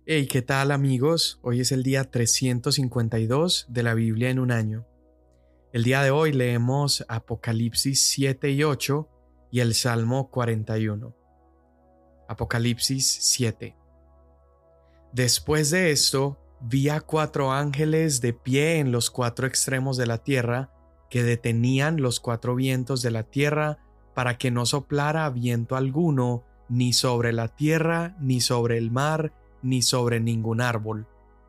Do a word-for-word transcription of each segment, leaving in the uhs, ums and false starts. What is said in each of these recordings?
Hey, ¿qué tal amigos? Hoy es el día trescientos cincuenta y dos de la Biblia en un año. El día de hoy leemos Apocalipsis siete y ocho y el Salmo cuarenta y uno. Apocalipsis siete. Después de esto, vi a cuatro ángeles de pie en los cuatro extremos de la tierra, que detenían los cuatro vientos de la tierra para que no soplara viento alguno, ni sobre la tierra, ni sobre el mar, ni sobre ningún árbol.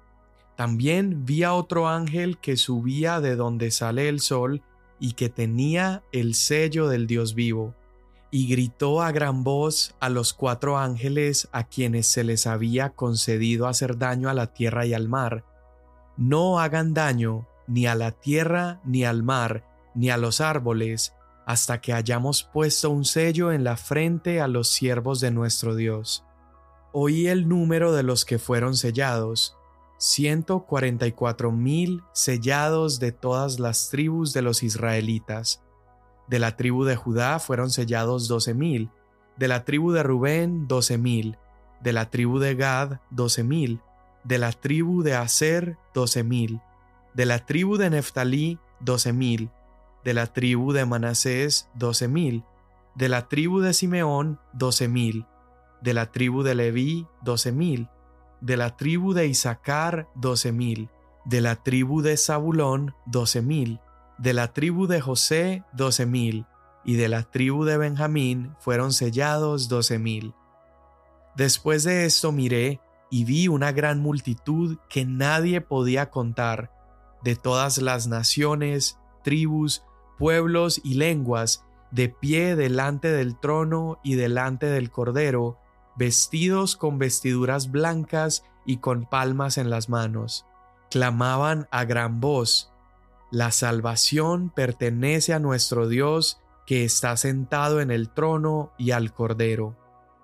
También vi a otro ángel que subía de donde sale el sol y que tenía el sello del Dios vivo, y gritó a gran voz a los cuatro ángeles a quienes se les había concedido hacer daño a la tierra y al mar: no hagan daño ni a la tierra, ni al mar, ni a los árboles, hasta que hayamos puesto un sello en la frente a los siervos de nuestro Dios. Oí el número de los que fueron sellados: ciento cuarenta y cuatro mil sellados de todas las tribus de los israelitas. De la tribu de Judá fueron sellados doce mil, de la tribu de Rubén doce mil, de la tribu de Gad doce mil, de la tribu de Aser doce mil, de la tribu de Neftalí doce mil, de la tribu de Manasés doce mil, de la tribu de Simeón doce mil, de la tribu de Leví doce mil, de la tribu de Isaacar doce mil, de la tribu de Zabulón doce mil, de la tribu de José doce mil, y de la tribu de Benjamín fueron sellados doce mil. Después de esto miré y vi una gran multitud que nadie podía contar, de todas las naciones, tribus, pueblos y lenguas, de pie delante del trono y delante del Cordero, vestidos con vestiduras blancas y con palmas en las manos. Clamaban a gran voz: la salvación pertenece a nuestro Dios, que está sentado en el trono, y al Cordero.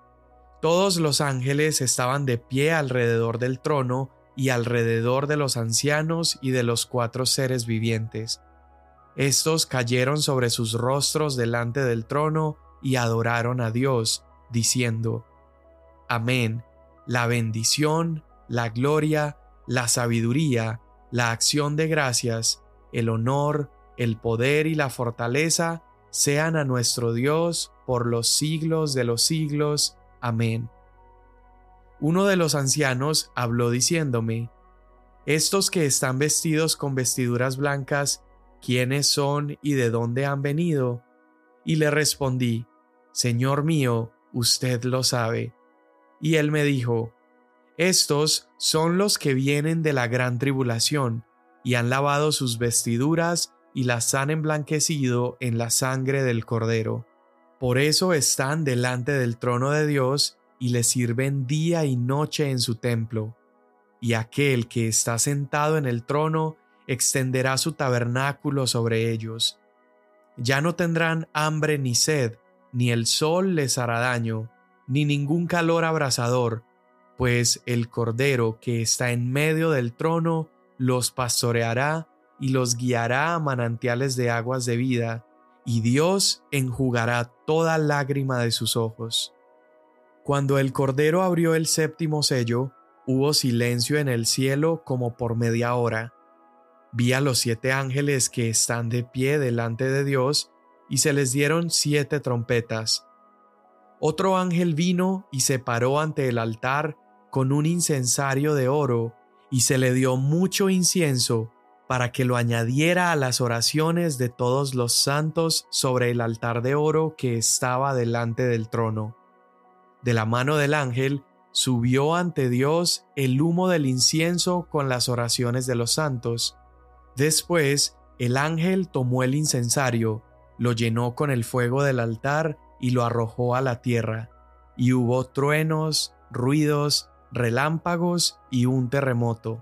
Todos los ángeles estaban de pie alrededor del trono y alrededor de los ancianos y de los cuatro seres vivientes. Estos cayeron sobre sus rostros delante del trono y adoraron a Dios, diciendo: Amén. La bendición, la gloria, la sabiduría, la acción de gracias, el honor, el poder y la fortaleza sean a nuestro Dios por los siglos de los siglos. Amén. Uno de los ancianos habló diciéndome: Estos que están vestidos con vestiduras blancas, ¿quiénes son y de dónde han venido? Y le respondí: Señor mío, usted lo sabe. Y él me dijo: Estos son los que vienen de la gran tribulación, y han lavado sus vestiduras y las han emblanquecido en la sangre del Cordero. Por eso están delante del trono de Dios y le sirven día y noche en su templo. Y aquel que está sentado en el trono extenderá su tabernáculo sobre ellos. Ya no tendrán hambre ni sed, ni el sol les hará daño, ni ningún calor abrasador, pues el Cordero que está en medio del trono los pastoreará y los guiará a manantiales de aguas de vida, y Dios enjugará toda lágrima de sus ojos. Cuando el Cordero abrió el séptimo sello, hubo silencio en el cielo como por media hora. Vi a los siete ángeles que están de pie delante de Dios, y se les dieron siete trompetas. Otro ángel vino y se paró ante el altar con un incensario de oro, y se le dio mucho incienso para que lo añadiera a las oraciones de todos los santos sobre el altar de oro que estaba delante del trono. De la mano del ángel subió ante Dios el humo del incienso con las oraciones de los santos. Después el ángel tomó el incensario, lo llenó con el fuego del altar y lo arrojó a la tierra, y hubo truenos, ruidos, relámpagos y un terremoto.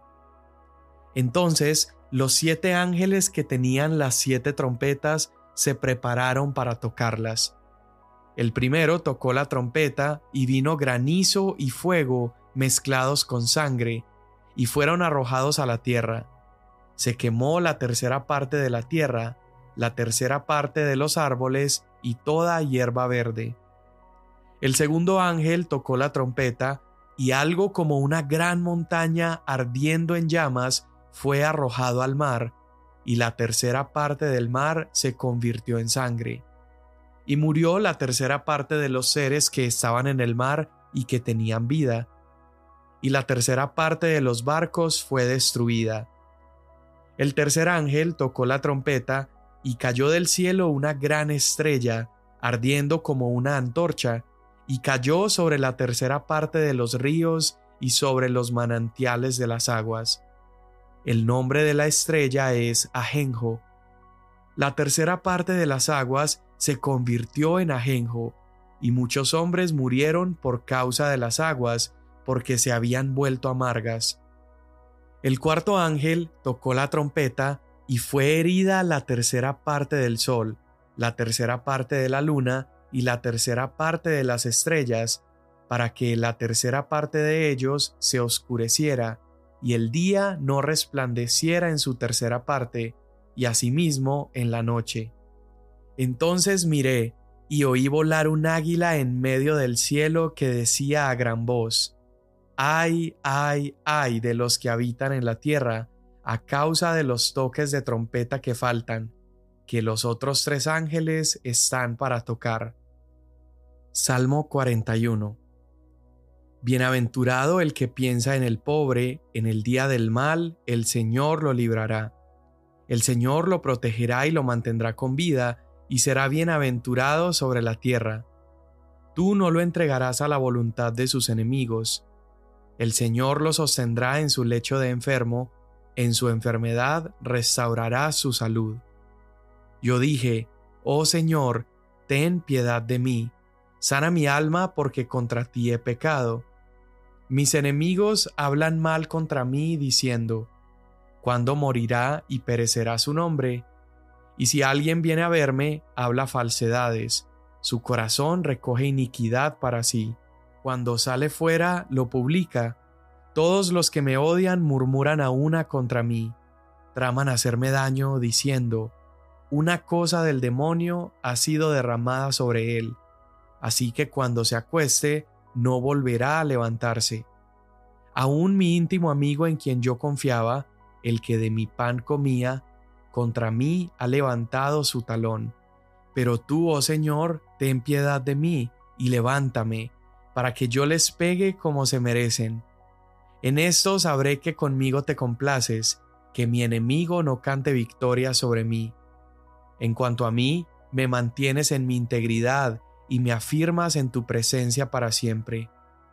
Entonces los siete ángeles que tenían las siete trompetas se prepararon para tocarlas. El primero tocó la trompeta y vino granizo y fuego mezclados con sangre, y fueron arrojados a la tierra. Se quemó la tercera parte de la tierra, la tercera parte de los árboles y toda hierba verde. El segundo ángel tocó la trompeta y algo como una gran montaña ardiendo en llamas fue arrojado al mar, y la tercera parte del mar se convirtió en sangre. Y murió la tercera parte de los seres que estaban en el mar y que tenían vida, y la tercera parte de los barcos fue destruida. El tercer ángel tocó la trompeta, y cayó del cielo una gran estrella, ardiendo como una antorcha, y cayó sobre la tercera parte de los ríos y sobre los manantiales de las aguas. El nombre de la estrella es Ajenjo. La tercera parte de las aguas se convirtió en ajenjo, y muchos hombres murieron por causa de las aguas, porque se habían vuelto amargas. El cuarto ángel tocó la trompeta, y fue herida la tercera parte del sol, la tercera parte de la luna y la tercera parte de las estrellas, para que la tercera parte de ellos se oscureciera, y el día no resplandeciera en su tercera parte, y asimismo en la noche. Entonces miré, y oí volar un águila en medio del cielo que decía a gran voz: ¡Ay, ay, ay de los que habitan en la tierra, a causa de los toques de trompeta que faltan, que los otros tres ángeles están para tocar! Salmo cuarenta y uno. Bienaventurado el que piensa en el pobre, en el día del mal, el Señor lo librará. El Señor lo protegerá y lo mantendrá con vida, y será bienaventurado sobre la tierra. Tú no lo entregarás a la voluntad de sus enemigos. El Señor lo sostendrá en su lecho de enfermo, en su enfermedad restaurará su salud. Yo dije: Oh Señor, ten piedad de mí, sana mi alma porque contra ti he pecado. Mis enemigos hablan mal contra mí diciendo: ¿cuándo morirá y perecerá su nombre? Y si alguien viene a verme, habla falsedades, su corazón recoge iniquidad para sí. Cuando sale fuera, lo publica. Todos los que me odian murmuran a una contra mí. Traman hacerme daño, diciendo: una cosa del demonio ha sido derramada sobre él. Así que cuando se acueste, no volverá a levantarse. Aún mi íntimo amigo en quien yo confiaba, el que de mi pan comía, contra mí ha levantado su talón. Pero tú, oh Señor, ten piedad de mí y levántame, para que yo les pegue como se merecen. En esto sabré que conmigo te complaces, que mi enemigo no cante victoria sobre mí. En cuanto a mí, me mantienes en mi integridad y me afirmas en tu presencia para siempre.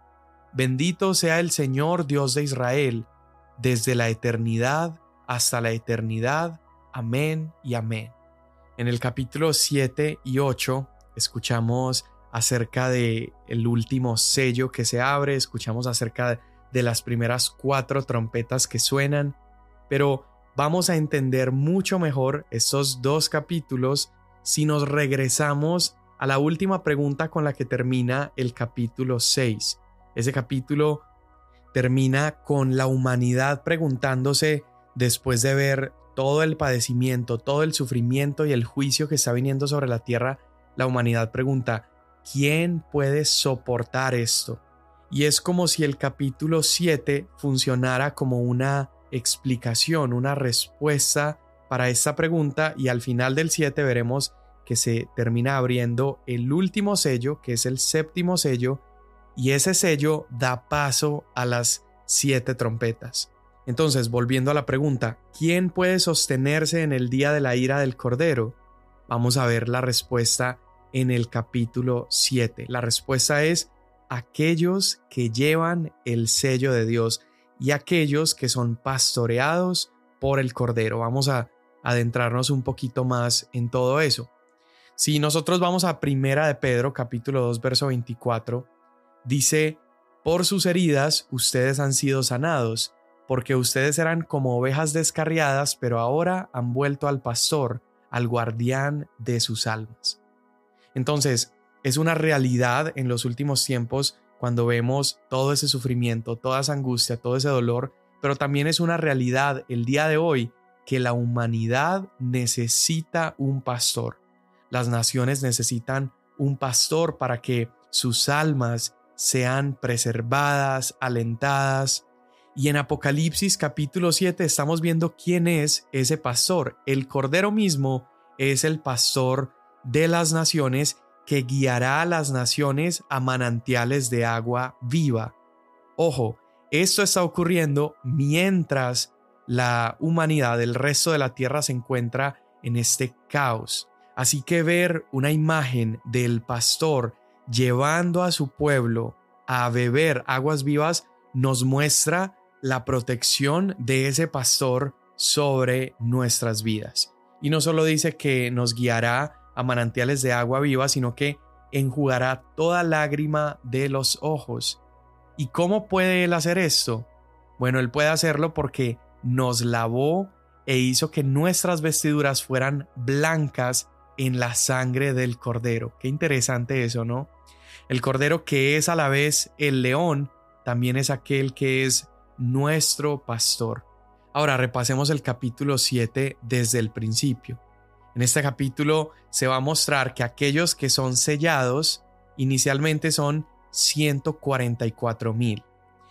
Bendito sea el Señor Dios de Israel, desde la eternidad hasta la eternidad. Amén y amén. En el capítulo siete y ocho escuchamos acerca de el último sello que se abre, escuchamos acerca de las primeras cuatro trompetas que suenan, pero vamos a entender mucho mejor estos dos capítulos si nos regresamos a la última pregunta con la que termina el capítulo seis. Ese capítulo termina con la humanidad preguntándose, después de ver todo el padecimiento, todo el sufrimiento y el juicio que está viniendo sobre la tierra, la humanidad pregunta: ¿quién puede soportar esto? Y es como si el capítulo siete funcionara como una explicación, una respuesta para esta pregunta, y al final del siete veremos que se termina abriendo el último sello, que es el séptimo sello, y ese sello da paso a las siete trompetas. Entonces, volviendo a la pregunta, ¿quién puede sostenerse en el día de la ira del Cordero? Vamos a ver la respuesta en el capítulo siete. La respuesta es: aquellos que llevan el sello de Dios y aquellos que son pastoreados por el Cordero. Vamos a adentrarnos un poquito más en todo eso. Si nosotros vamos a Primera de Pedro, capítulo dos, verso veinticuatro, dice: por sus heridas ustedes han sido sanados, porque ustedes eran como ovejas descarriadas, pero ahora han vuelto al pastor, al guardián de sus almas. Entonces, es una realidad en los últimos tiempos cuando vemos todo ese sufrimiento, toda esa angustia, todo ese dolor, pero también es una realidad el día de hoy que la humanidad necesita un pastor. Las naciones necesitan un pastor para que sus almas sean preservadas, alentadas. Y en Apocalipsis capítulo siete estamos viendo quién es ese pastor. El Cordero mismo es el pastor de las naciones que guiará a las naciones a manantiales de agua viva. Ojo, esto está ocurriendo mientras la humanidad, el resto de la tierra, se encuentra en este caos. Así que ver una imagen del pastor llevando a su pueblo a beber aguas vivas nos muestra la protección de ese pastor sobre nuestras vidas. Y no solo dice que nos guiará a manantiales de agua viva, sino que enjugará toda lágrima de los ojos. ¿Y cómo puede él hacer esto? Bueno, él puede hacerlo porque nos lavó e hizo que nuestras vestiduras fueran blancas en la sangre del Cordero. Qué interesante eso, ¿no? El Cordero, que es a la vez el león, también es aquel que es nuestro pastor. Ahora repasemos el capítulo siete desde el principio. En este capítulo se va a mostrar que aquellos que son sellados inicialmente son ciento cuarenta y cuatro mil.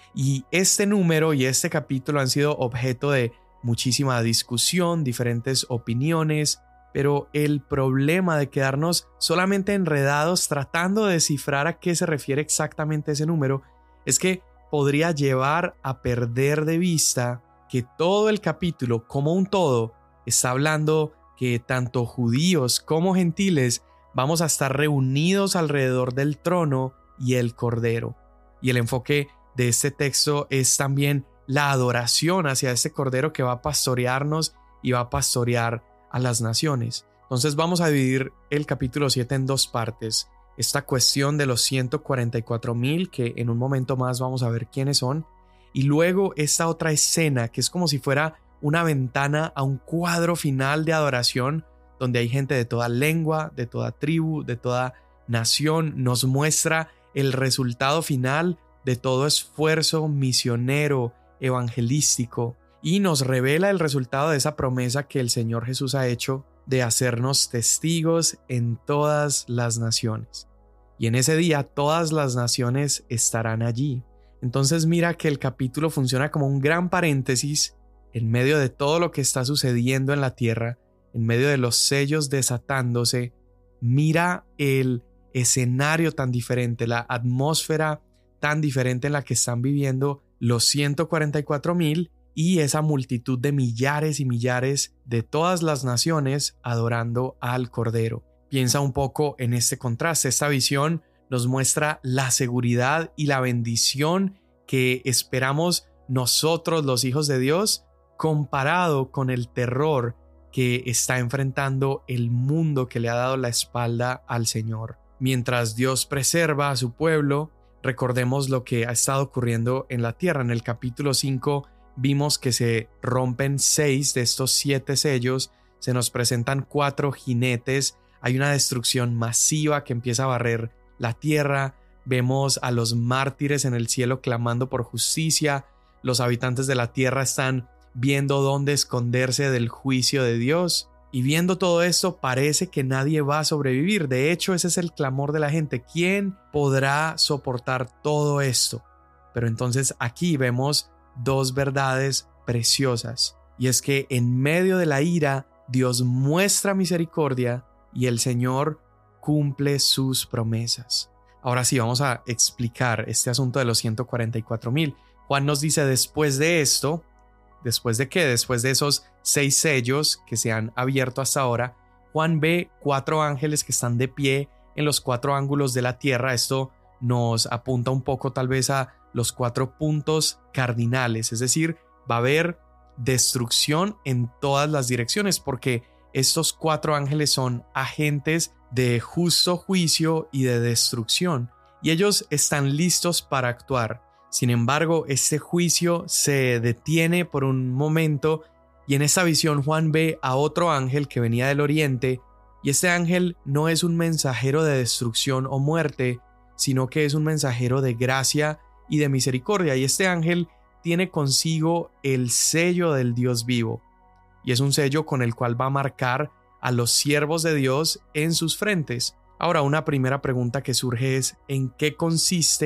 Y este número y este capítulo han sido objeto de muchísima discusión, diferentes opiniones, pero el problema de quedarnos solamente enredados tratando de descifrar a qué se refiere exactamente ese número es que podría llevar a perder de vista que todo el capítulo como un todo está hablando que tanto judíos como gentiles vamos a estar reunidos alrededor del trono y el Cordero. Y el enfoque de este texto es también la adoración hacia este Cordero que va a pastorearnos y va a pastorear a las naciones. Entonces vamos a dividir el capítulo siete en dos partes. Esta cuestión de los ciento cuarenta y cuatro mil, que en un momento más vamos a ver quiénes son, y luego esta otra escena que es como si fuera una ventana a un cuadro final de adoración donde hay gente de toda lengua, de toda tribu, de toda nación. Nos muestra el resultado final de todo esfuerzo misionero, evangelístico, y nos revela el resultado de esa promesa que el Señor Jesús ha hecho de hacernos testigos en todas las naciones. Y en ese día todas las naciones estarán allí. Entonces mira que el capítulo funciona como un gran paréntesis en medio de todo lo que está sucediendo en la tierra, en medio de los sellos desatándose. Mira el escenario tan diferente, la atmósfera tan diferente en la que están viviendo los ciento cuarenta y cuatro mil y esa multitud de millares y millares de todas las naciones adorando al Cordero. Piensa un poco en este contraste. Esta visión nos muestra la seguridad y la bendición que esperamos nosotros, los hijos de Dios, comparado con el terror que está enfrentando el mundo que le ha dado la espalda al Señor. Mientras Dios preserva a su pueblo, recordemos lo que ha estado ocurriendo en la tierra. En el capítulo cinco vimos que se rompen seis de estos siete sellos, se nos presentan cuatro jinetes, hay una destrucción masiva que empieza a barrer la tierra, vemos a los mártires en el cielo clamando por justicia, los habitantes de la tierra están viendo dónde esconderse del juicio de Dios, y viendo todo esto parece que nadie va a sobrevivir. De hecho, ese es el clamor de la gente. ¿Quién podrá soportar todo esto? Pero entonces aquí vemos dos verdades preciosas, y es que en medio de la ira Dios muestra misericordia y el Señor cumple sus promesas. Ahora sí, vamos a explicar este asunto de los ciento cuarenta y cuatro mil. Juan nos dice después de esto, ¿después de qué? Después de esos seis sellos que se han abierto hasta ahora, Juan ve cuatro ángeles que están de pie en los cuatro ángulos de la tierra. Esto nos apunta un poco tal vez a los cuatro puntos cardinales, es decir, va a haber destrucción en todas las direcciones porque estos cuatro ángeles son agentes de justo juicio y de destrucción, y ellos están listos para actuar. Sin embargo, este juicio se detiene por un momento, y en esta visión Juan ve a otro ángel que venía del oriente, y este ángel no es un mensajero de destrucción o muerte, sino que es un mensajero de gracia y de misericordia, y este ángel tiene consigo el sello del Dios vivo, y es un sello con el cual va a marcar a los siervos de Dios en sus frentes. Ahora, una primera pregunta que surge es: ¿en qué consiste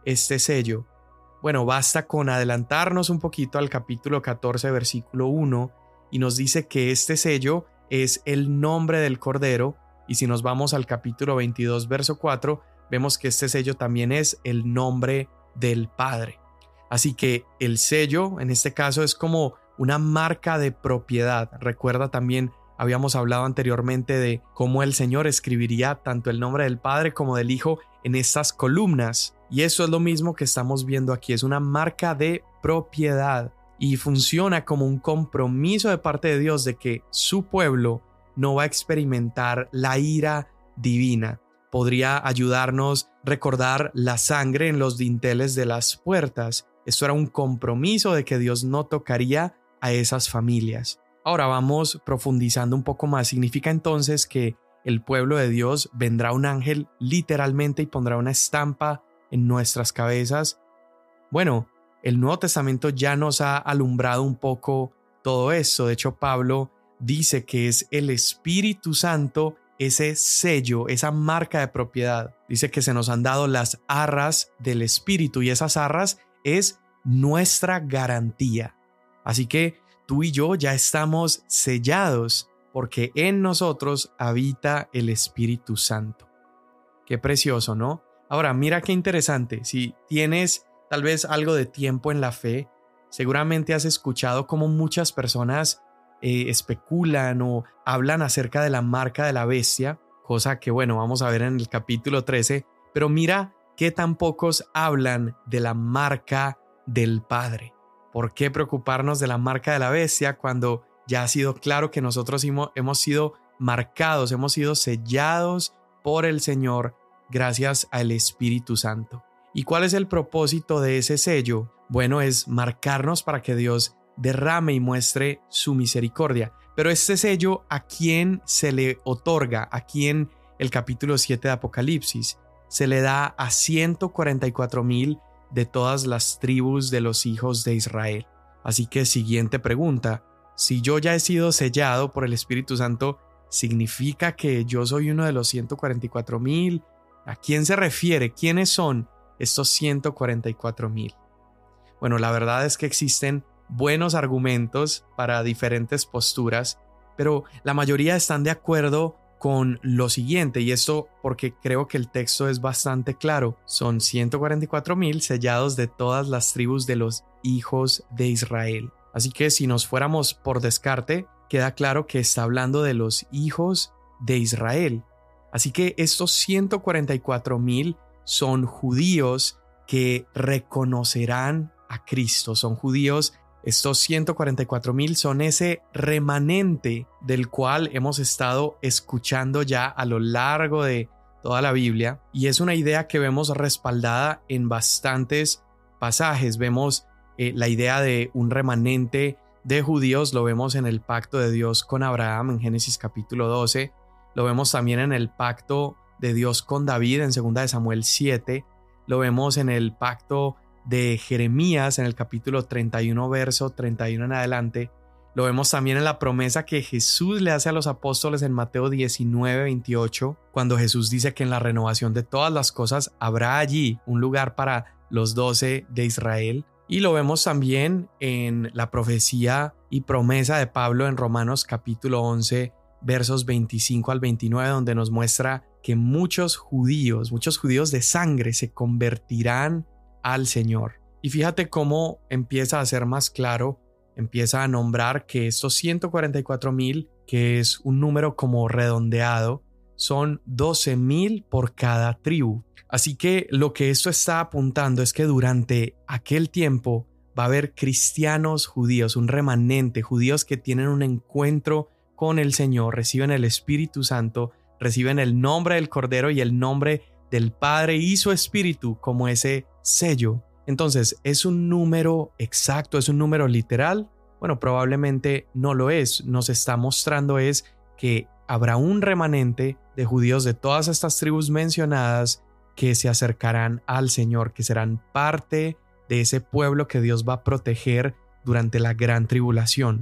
este sello? Bueno, basta con adelantarnos un poquito al capítulo catorce, versículo uno, y nos dice que este sello es el nombre del Cordero, y si nos vamos al capítulo veintidós, verso cuatro, vemos que este sello también es el nombre del Padre. Así que el sello, en este caso, es como una marca de propiedad. Recuerda también, habíamos hablado anteriormente de cómo el Señor escribiría tanto el nombre del Padre como del Hijo en estas columnas. Y eso es lo mismo que estamos viendo aquí, es una marca de propiedad y funciona como un compromiso de parte de Dios de que su pueblo no va a experimentar la ira divina. Podría ayudarnos a recordar la sangre en los dinteles de las puertas. Esto era un compromiso de que Dios no tocaría a esas familias. Ahora vamos profundizando un poco más. Significa entonces que el pueblo de Dios vendrá un ángel literalmente y pondrá una estampa en nuestras cabezas. Bueno, el Nuevo Testamento ya nos ha alumbrado un poco todo esto. De hecho, Pablo dice que es el Espíritu Santo ese sello, esa marca de propiedad. Dice que se nos han dado las arras del Espíritu y esas arras es nuestra garantía. Así que tú y yo ya estamos sellados porque en nosotros habita el Espíritu Santo. Qué precioso, ¿no? Ahora, mira qué interesante. Si tienes tal vez algo de tiempo en la fe, seguramente has escuchado cómo muchas personas eh, especulan o hablan acerca de la marca de la bestia, cosa que, bueno, vamos a ver en el capítulo trece, pero mira qué tan pocos hablan de la marca del Padre. ¿Por qué preocuparnos de la marca de la bestia cuando ya ha sido claro que nosotros hemos sido marcados, hemos sido sellados por el Señor gracias al Espíritu Santo? ¿Y cuál es el propósito de ese sello? Bueno, es marcarnos para que Dios derrame y muestre su misericordia. Pero este sello, ¿a quién se le otorga? Aquí en el capítulo siete de Apocalipsis se le da a ciento cuarenta y cuatro mil de todas las tribus de los hijos de Israel. Así que siguiente pregunta, si yo ya he sido sellado por el Espíritu Santo, ¿significa que yo soy uno de los ciento cuarenta y cuatro mil? ¿A quién se refiere? ¿Quiénes son estos ciento cuarenta y cuatro mil? Bueno, la verdad es que existen buenos argumentos para diferentes posturas, pero la mayoría están de acuerdo con lo siguiente, y esto porque creo que el texto es bastante claro. Son ciento cuarenta y cuatro mil sellados de todas las tribus de los hijos de Israel. Así que si nos fuéramos por descarte, queda claro que está hablando de los hijos de Israel. Así que estos ciento cuarenta y cuatro mil son judíos que reconocerán a Cristo, son judíos. Estos ciento cuarenta y cuatro mil son ese remanente del cual hemos estado escuchando ya a lo largo de toda la Biblia, y es una idea que vemos respaldada en bastantes pasajes. Vemos eh, la idea de un remanente de judíos, lo vemos en el pacto de Dios con Abraham en Génesis capítulo doce, lo vemos también en el pacto de Dios con David en segunda de Samuel siete, lo vemos en el pacto de Jeremías en el capítulo treinta y uno, verso treinta y uno en adelante. Lo vemos también en la promesa que Jesús le hace a los apóstoles en Mateo diecinueve, veintiocho, cuando Jesús dice que en la renovación de todas las cosas habrá allí un lugar para los doce de Israel. Y lo vemos también en la profecía y promesa de Pablo en Romanos capítulo once, versos veinticinco al veintinueve, donde nos muestra que muchos judíos, muchos judíos de sangre se convertirán al Señor. Y fíjate cómo empieza a ser más claro, empieza a nombrar que estos ciento cuarenta y cuatro mil, que es un número como redondeado, son doce mil por cada tribu. Así que lo que esto está apuntando es que durante aquel tiempo va a haber cristianos judíos, un remanente, judíos que tienen un encuentro con el Señor, reciben el Espíritu Santo, reciben el nombre del Cordero y el nombre del Padre y su Espíritu como ese sello. Entonces, ¿es un número exacto? ¿Es un número literal? Bueno, probablemente no lo es. Nos está mostrando es que habrá un remanente de judíos de todas estas tribus mencionadas que se acercarán al Señor, que serán parte de ese pueblo que Dios va a proteger durante la gran tribulación.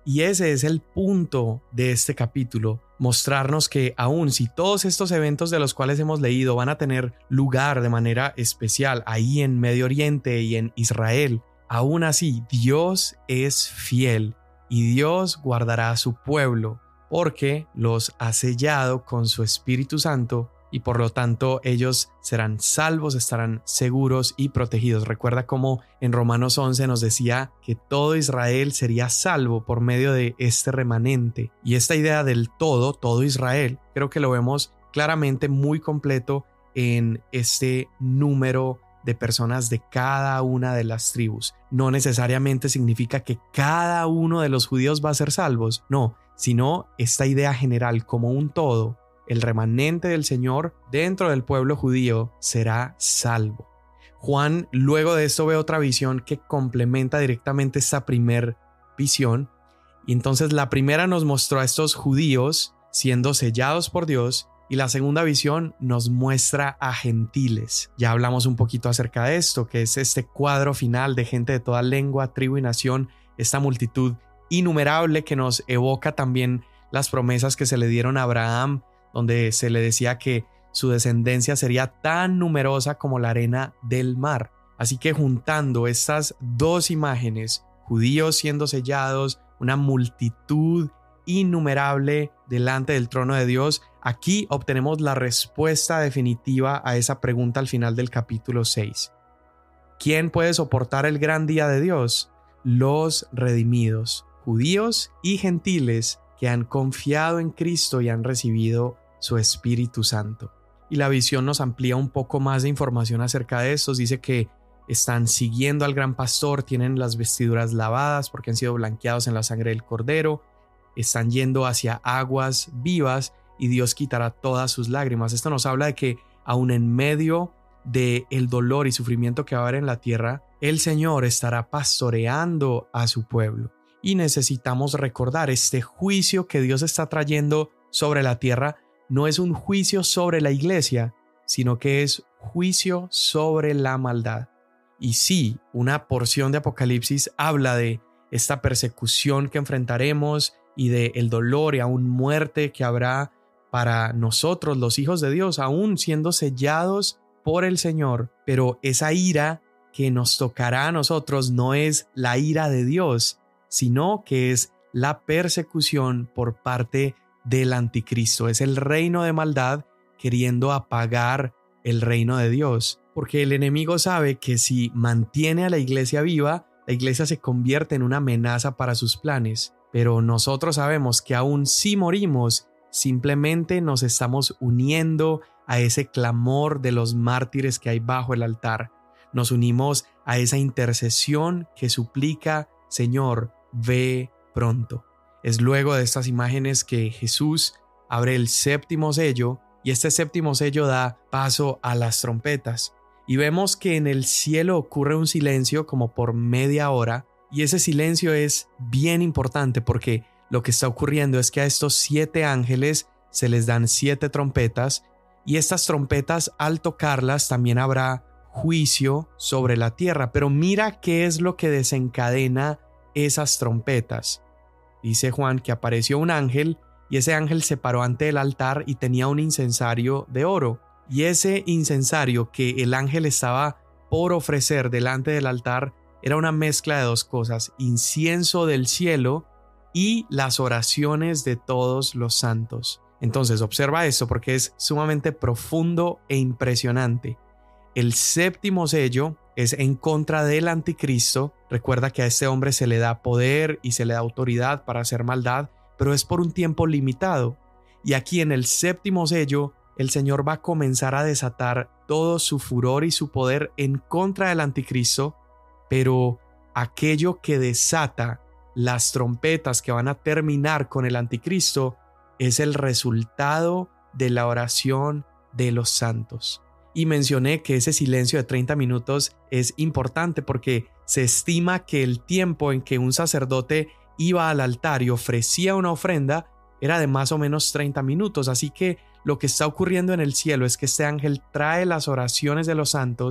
Y ese es el punto de este capítulo, mostrarnos que aun si todos estos eventos de los cuales hemos leído van a tener lugar de manera especial ahí en Medio Oriente y en Israel, aún así Dios es fiel y Dios guardará a su pueblo porque los ha sellado con su Espíritu Santo y por lo tanto ellos serán salvos, estarán seguros y protegidos. Recuerda cómo en Romanos once nos decía que todo Israel sería salvo por medio de este remanente. Y esta idea del todo, todo Israel, creo que lo vemos claramente muy completo en este número de personas de cada una de las tribus. No necesariamente significa que cada uno de los judíos va a ser salvos, no, sino esta idea general como un todo. El remanente del Señor dentro del pueblo judío será salvo. Juan luego de esto ve otra visión que complementa directamente esta primer visión. Y entonces la primera nos mostró a estos judíos siendo sellados por Dios y la segunda visión nos muestra a gentiles. Ya hablamos un poquito acerca de esto, que es este cuadro final de gente de toda lengua, tribu y nación, esta multitud innumerable que nos evoca también las promesas que se le dieron a Abraham, donde se le decía que su descendencia sería tan numerosa como la arena del mar. Así que juntando estas dos imágenes, judíos siendo sellados, una multitud innumerable delante del trono de Dios, aquí obtenemos la respuesta definitiva a esa pregunta al final del capítulo seis. ¿Quién puede soportar el gran día de Dios? Los redimidos, judíos y gentiles que han confiado en Cristo y han recibido su Espíritu Santo. Y la visión nos amplía un poco más de información acerca de estos. Dice que están siguiendo al gran pastor, tienen las vestiduras lavadas porque han sido blanqueados en la sangre del Cordero, están yendo hacia aguas vivas y Dios quitará todas sus lágrimas. Esto nos habla de que aun en medio del dolor y sufrimiento que va a haber en la tierra, el Señor estará pastoreando a su pueblo. Y necesitamos recordar este juicio que Dios está trayendo sobre la tierra. No es un juicio sobre la iglesia, sino que es juicio sobre la maldad. Y sí, una porción de Apocalipsis habla de esta persecución que enfrentaremos y de el dolor y aún muerte que habrá para nosotros, los hijos de Dios, aún siendo sellados por el Señor. Pero esa ira que nos tocará a nosotros no es la ira de Dios, sino que es la persecución por parte de del anticristo. Es el reino de maldad queriendo apagar el reino de Dios, porque el enemigo sabe que si mantiene a la iglesia viva, la iglesia se convierte en una amenaza para sus planes. Pero nosotros sabemos que aún si morimos, simplemente nos estamos uniendo a ese clamor de los mártires que hay bajo el altar. Nos unimos a esa intercesión que suplica: Señor, ve pronto. Es luego de estas imágenes que Jesús abre el séptimo sello y este séptimo sello da paso a las trompetas. Y vemos que en el cielo ocurre un silencio como por media hora y ese silencio es bien importante porque lo que está ocurriendo es que a estos siete ángeles se les dan siete trompetas y estas trompetas al tocarlas también habrá juicio sobre la tierra. Pero mira qué es lo que desencadena esas trompetas. Dice Juan que apareció un ángel y ese ángel se paró ante el altar y tenía un incensario de oro. Y ese incensario que el ángel estaba por ofrecer delante del altar era una mezcla de dos cosas: incienso del cielo y las oraciones de todos los santos. Entonces observa esto porque es sumamente profundo e impresionante. El séptimo sello es en contra del anticristo. Recuerda que a este hombre se le da poder y se le da autoridad para hacer maldad, pero es por un tiempo limitado. Y aquí en el séptimo sello, el Señor va a comenzar a desatar todo su furor y su poder en contra del anticristo, pero aquello que desata las trompetas que van a terminar con el anticristo es el resultado de la oración de los santos. Y mencioné que ese silencio de treinta minutos es importante porque se estima que el tiempo en que un sacerdote iba al altar y ofrecía una ofrenda era de más o menos treinta minutos. Así que lo que está ocurriendo en el cielo es que este ángel trae las oraciones de los santos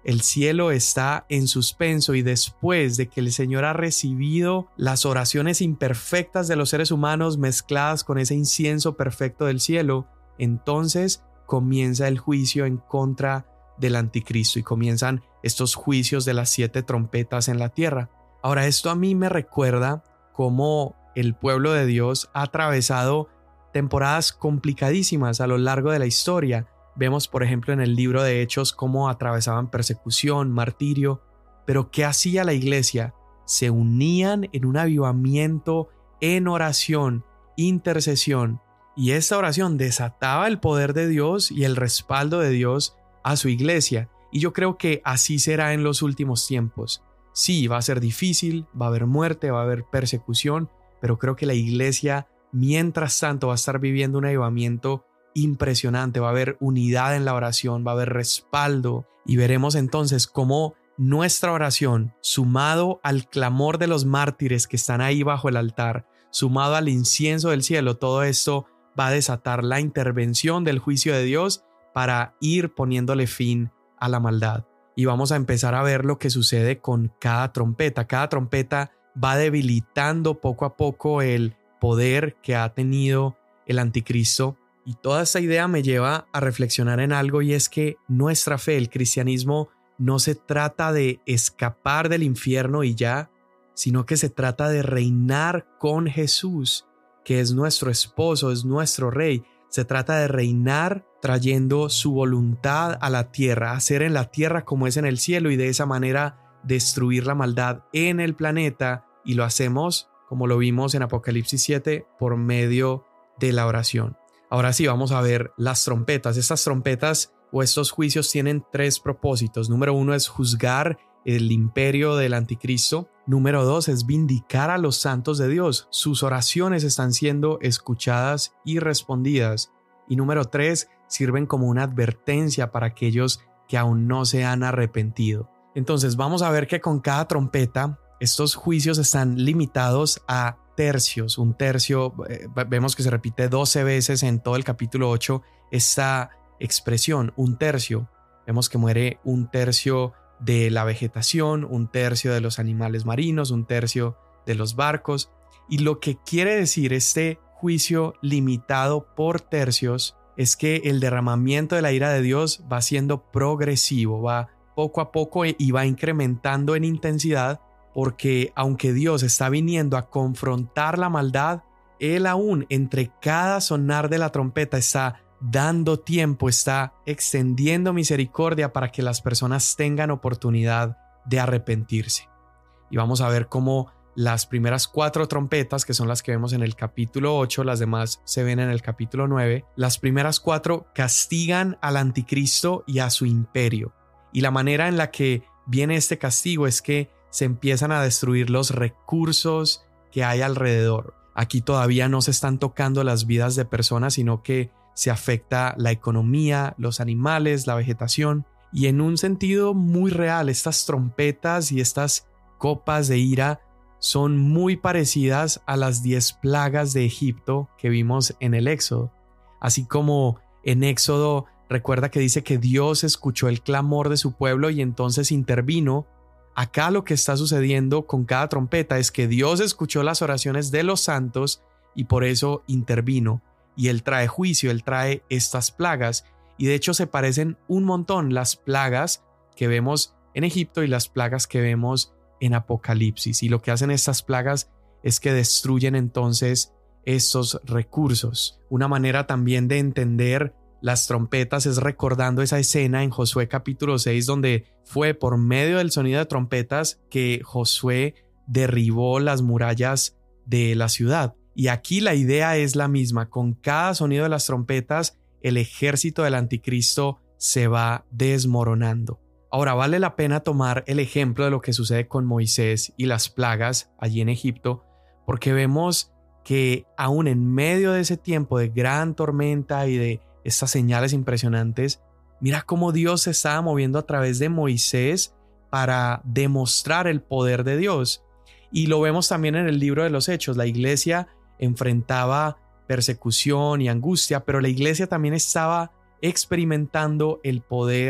el cielo está en suspenso y después de que el Señor ha recibido las oraciones imperfectas de los seres humanos mezcladas con ese incienso perfecto del cielo, entonces comienza el juicio en contra del anticristo y comienzan estos juicios de las siete trompetas en la tierra. Ahora, esto a mí me recuerda cómo el pueblo de Dios ha atravesado temporadas complicadísimas a lo largo de la historia. Vemos, por ejemplo, en el libro de Hechos cómo atravesaban persecución, martirio, pero ¿qué hacía la iglesia? Se unían en un avivamiento, en oración, intercesión, y esta oración desataba el poder de Dios y el respaldo de Dios a su iglesia. Y yo creo que así será en los últimos tiempos. Sí, va a ser difícil, va a haber muerte, va a haber persecución, pero creo que la iglesia, mientras tanto, va a estar viviendo un avivamiento impresionante, va a haber unidad en la oración, va a haber respaldo y veremos entonces cómo nuestra oración, sumado al clamor de los mártires que están ahí bajo el altar, sumado al incienso del cielo, todo esto va a desatar la intervención del juicio de Dios para ir poniéndole fin a la maldad. Y vamos a empezar a ver lo que sucede con cada trompeta. Cada trompeta va debilitando poco a poco el poder que ha tenido el anticristo. Y toda esta idea me lleva a reflexionar en algo, y es que nuestra fe, el cristianismo, no se trata de escapar del infierno y ya, sino que se trata de reinar con Jesús, que es nuestro esposo, es nuestro rey. Se trata de reinar trayendo su voluntad a la tierra, hacer en la tierra como es en el cielo, y de esa manera destruir la maldad en el planeta, y lo hacemos, como lo vimos en Apocalipsis siete, por medio de la oración. Ahora sí, vamos a ver las trompetas. Estas trompetas o estos juicios tienen tres propósitos. Número uno es juzgar el imperio del anticristo. Número dos es vindicar a los santos de Dios. Sus oraciones están siendo escuchadas y respondidas. Y número tres, sirven como una advertencia para aquellos que aún no se han arrepentido. Entonces vamos a ver que con cada trompeta estos juicios están limitados a tercios. Un tercio, eh, vemos que se repite doce veces en todo el capítulo ocho esta expresión, un tercio. Vemos que muere un tercio de la vegetación, un tercio de los animales marinos, un tercio de los barcos. Y lo que quiere decir este juicio limitado por tercios es que el derramamiento de la ira de Dios va siendo progresivo, va poco a poco y va incrementando en intensidad, porque aunque Dios está viniendo a confrontar la maldad, Él aún entre cada sonar de la trompeta está dando tiempo, está extendiendo misericordia para que las personas tengan oportunidad de arrepentirse. Y vamos a ver cómo las primeras cuatro trompetas, que son las que vemos en el capítulo ocho, las demás se ven en el capítulo nueve, las primeras cuatro castigan al anticristo y a su imperio. Y la manera en la que viene este castigo es que se empiezan a destruir los recursos que hay alrededor. Aquí todavía no se están tocando las vidas de personas, sino que se afecta la economía, los animales, la vegetación. Y en un sentido muy real, estas trompetas y estas copas de ira son muy parecidas a las diez plagas de Egipto que vimos en el Éxodo. Así como en Éxodo, recuerda que dice que Dios escuchó el clamor de su pueblo y entonces intervino. Acá lo que está sucediendo con cada trompeta es que Dios escuchó las oraciones de los santos y por eso intervino. Y Él trae juicio, Él trae estas plagas. Y de hecho se parecen un montón las plagas que vemos en Egipto y las plagas que vemos en Apocalipsis. Y lo que hacen estas plagas es que destruyen entonces estos recursos. Una manera también de entender las trompetas es recordando esa escena en Josué capítulo seis, donde fue por medio del sonido de trompetas que Josué derribó las murallas de la ciudad. Y aquí la idea es la misma. Con cada sonido de las trompetas, el ejército del anticristo se va desmoronando. Ahora vale la pena tomar el ejemplo de lo que sucede con Moisés y las plagas allí en Egipto, porque vemos que aún en medio de ese tiempo de gran tormenta y de estas señales impresionantes, mira cómo Dios se estaba moviendo a través de Moisés para demostrar el poder de Dios. Y lo vemos también en el libro de los Hechos. La iglesia enfrentaba persecución y angustia, pero la iglesia también estaba experimentando el poder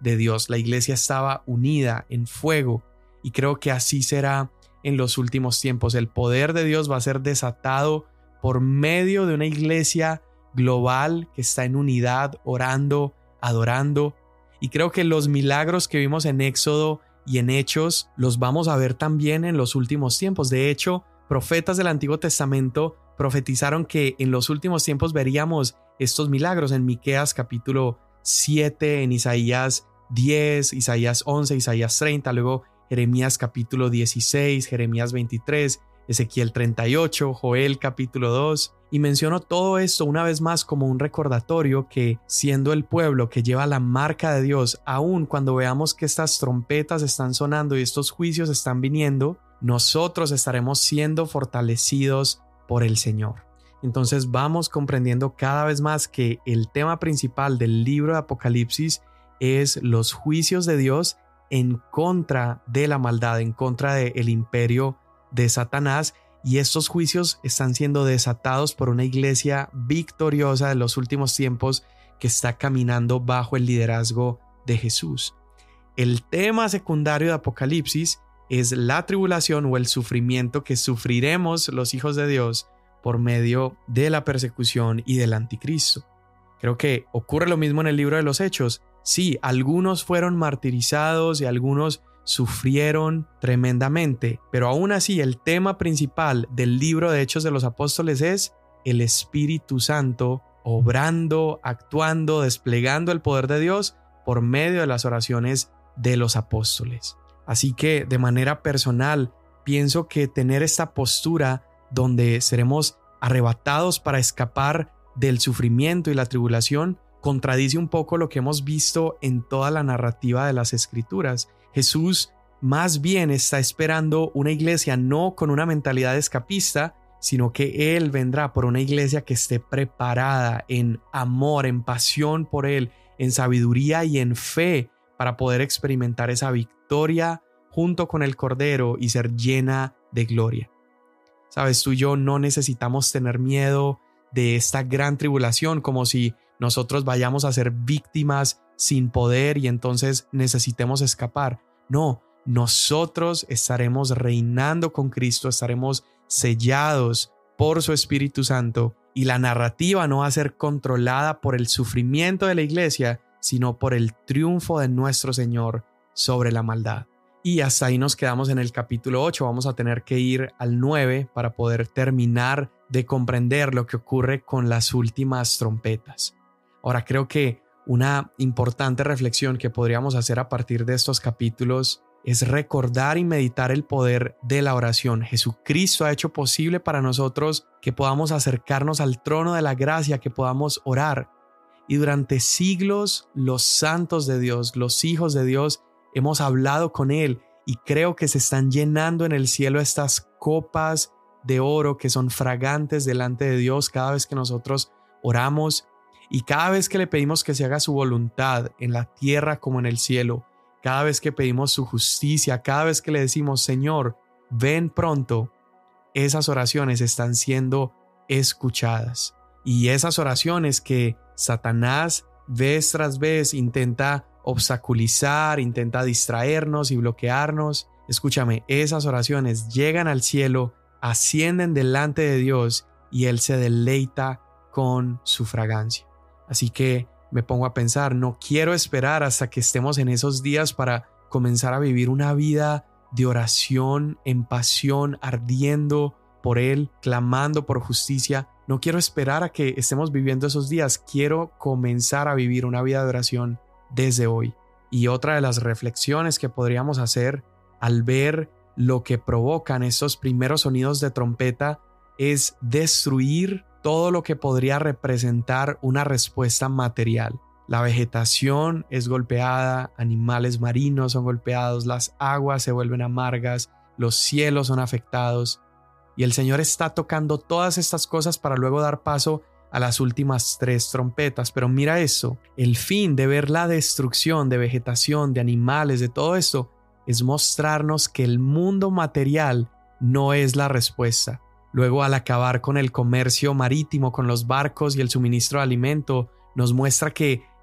de Dios. La iglesia estaba unida en fuego y creo que así será en los últimos tiempos. El poder de Dios va a ser desatado por medio de una iglesia global que está en unidad, orando, adorando. Y creo que los milagros que vimos en Éxodo y en Hechos los vamos a ver también en los últimos tiempos. De hecho, profetas del Antiguo Testamento profetizaron que en los últimos tiempos veríamos estos milagros en Miqueas capítulo siete, en Isaías diez, Isaías once, Isaías treinta, luego Jeremías capítulo dieciséis, Jeremías veintitrés, Ezequiel treinta y ocho, Joel capítulo dos. Y menciono todo esto una vez más como un recordatorio que, siendo el pueblo que lleva la marca de Dios, aun cuando veamos que estas trompetas están sonando y estos juicios están viniendo, nosotros estaremos siendo fortalecidos por el Señor. Entonces vamos comprendiendo cada vez más que el tema principal del libro de Apocalipsis es los juicios de Dios en contra de la maldad, en contra del imperio de Satanás. Y estos juicios están siendo desatados por una iglesia victoriosa de los últimos tiempos que está caminando bajo el liderazgo de Jesús. El tema secundario de Apocalipsis es la tribulación o el sufrimiento que sufriremos los hijos de Dios por medio de la persecución y del anticristo. Creo que ocurre lo mismo en el libro de los Hechos. Sí, algunos fueron martirizados y algunos sufrieron tremendamente, pero aún así el tema principal del libro de Hechos de los Apóstoles es el Espíritu Santo obrando, actuando, desplegando el poder de Dios por medio de las oraciones de los apóstoles. Así que de manera personal pienso que tener esta postura donde seremos arrebatados para escapar del sufrimiento y la tribulación contradice un poco lo que hemos visto en toda la narrativa de las Escrituras. Jesús más bien está esperando una iglesia no con una mentalidad escapista, sino que Él vendrá por una iglesia que esté preparada en amor, en pasión por Él, en sabiduría y en fe para poder experimentar esa victoria junto con el Cordero y ser llena de gloria. Sabes, tú y yo no necesitamos tener miedo de esta gran tribulación como si nosotros vayamos a ser víctimas sin poder y entonces necesitemos escapar. No, nosotros estaremos reinando con Cristo, estaremos sellados por su Espíritu Santo y la narrativa no va a ser controlada por el sufrimiento de la iglesia, sino por el triunfo de nuestro Señor sobre la maldad. Y hasta ahí nos quedamos en el capítulo ocho. Vamos a tener que ir al nueve para poder terminar de comprender lo que ocurre con las últimas trompetas. Ahora creo que una importante reflexión que podríamos hacer a partir de estos capítulos es recordar y meditar el poder de la oración. Jesucristo ha hecho posible para nosotros que podamos acercarnos al trono de la gracia, que podamos orar. Y durante siglos los santos de Dios, los hijos de Dios, hemos hablado con Él y creo que se están llenando en el cielo estas copas de oro que son fragantes delante de Dios cada vez que nosotros oramos. Y cada vez que le pedimos que se haga su voluntad en la tierra como en el cielo, cada vez que pedimos su justicia, cada vez que le decimos, Señor, ven pronto, esas oraciones están siendo escuchadas. Y esas oraciones que Satanás vez tras vez intenta obstaculizar, intenta distraernos y bloquearnos, escúchame, esas oraciones llegan al cielo, ascienden delante de Dios y Él se deleita con su fragancia. Así que me pongo a pensar, no quiero esperar hasta que estemos en esos días para comenzar a vivir una vida de oración en pasión, ardiendo por Él, clamando por justicia. No quiero esperar a que estemos viviendo esos días, quiero comenzar a vivir una vida de oración desde hoy. Y otra de las reflexiones que podríamos hacer al ver lo que provocan estos primeros sonidos de trompeta es destruir todo lo que podría representar una respuesta material. La vegetación es golpeada, animales marinos son golpeados, las aguas se vuelven amargas, los cielos son afectados y el Señor está tocando todas estas cosas para luego dar paso a las últimas tres trompetas. Pero mira eso, el fin de ver la destrucción de vegetación, de animales, de todo esto, es mostrarnos que el mundo material no es la respuesta. Luego, al acabar con el comercio marítimo, con los barcos y el suministro de alimento, nos muestra que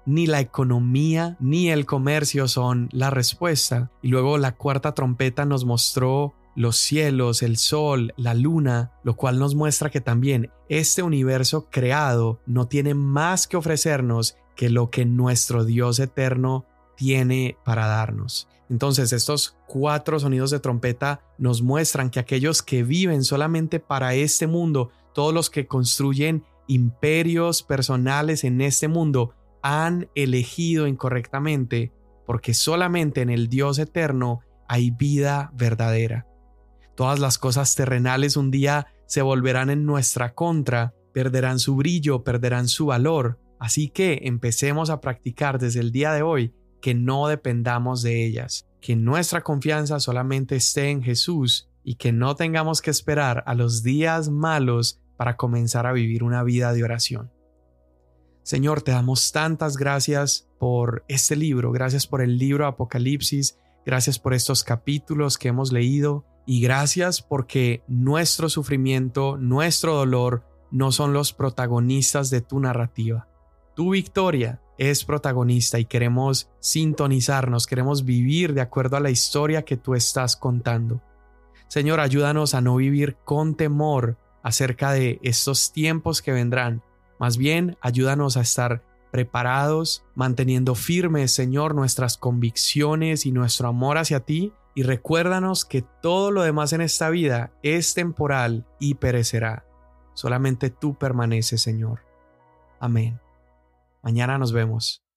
ni la economía, ni el comercio son la respuesta. Y luego la cuarta trompeta nos mostró los cielos, el sol, la luna, lo cual nos muestra que también este universo creado no tiene más que ofrecernos que lo que nuestro Dios eterno tiene para darnos. Entonces, estos cuatro sonidos de trompeta nos muestran que aquellos que viven solamente para este mundo, todos los que construyen imperios personales en este mundo, han elegido incorrectamente, porque solamente en el Dios eterno hay vida verdadera. Todas las cosas terrenales un día se volverán en nuestra contra, perderán su brillo, perderán su valor. Así que empecemos a practicar desde el día de hoy que no dependamos de ellas, que nuestra confianza solamente esté en Jesús y que no tengamos que esperar a los días malos para comenzar a vivir una vida de oración. Señor, te damos tantas gracias por este libro, gracias por el libro Apocalipsis, gracias por estos capítulos que hemos leído y gracias porque nuestro sufrimiento, nuestro dolor no son los protagonistas de tu narrativa. Tu victoria es protagonista y queremos sintonizarnos, queremos vivir de acuerdo a la historia que tú estás contando. Señor, ayúdanos a no vivir con temor acerca de estos tiempos que vendrán. Más bien, ayúdanos a estar preparados, manteniendo firmes, Señor, nuestras convicciones y nuestro amor hacia ti. Y recuérdanos que todo lo demás en esta vida es temporal y perecerá. Solamente tú permaneces, Señor. Amén. Mañana nos vemos.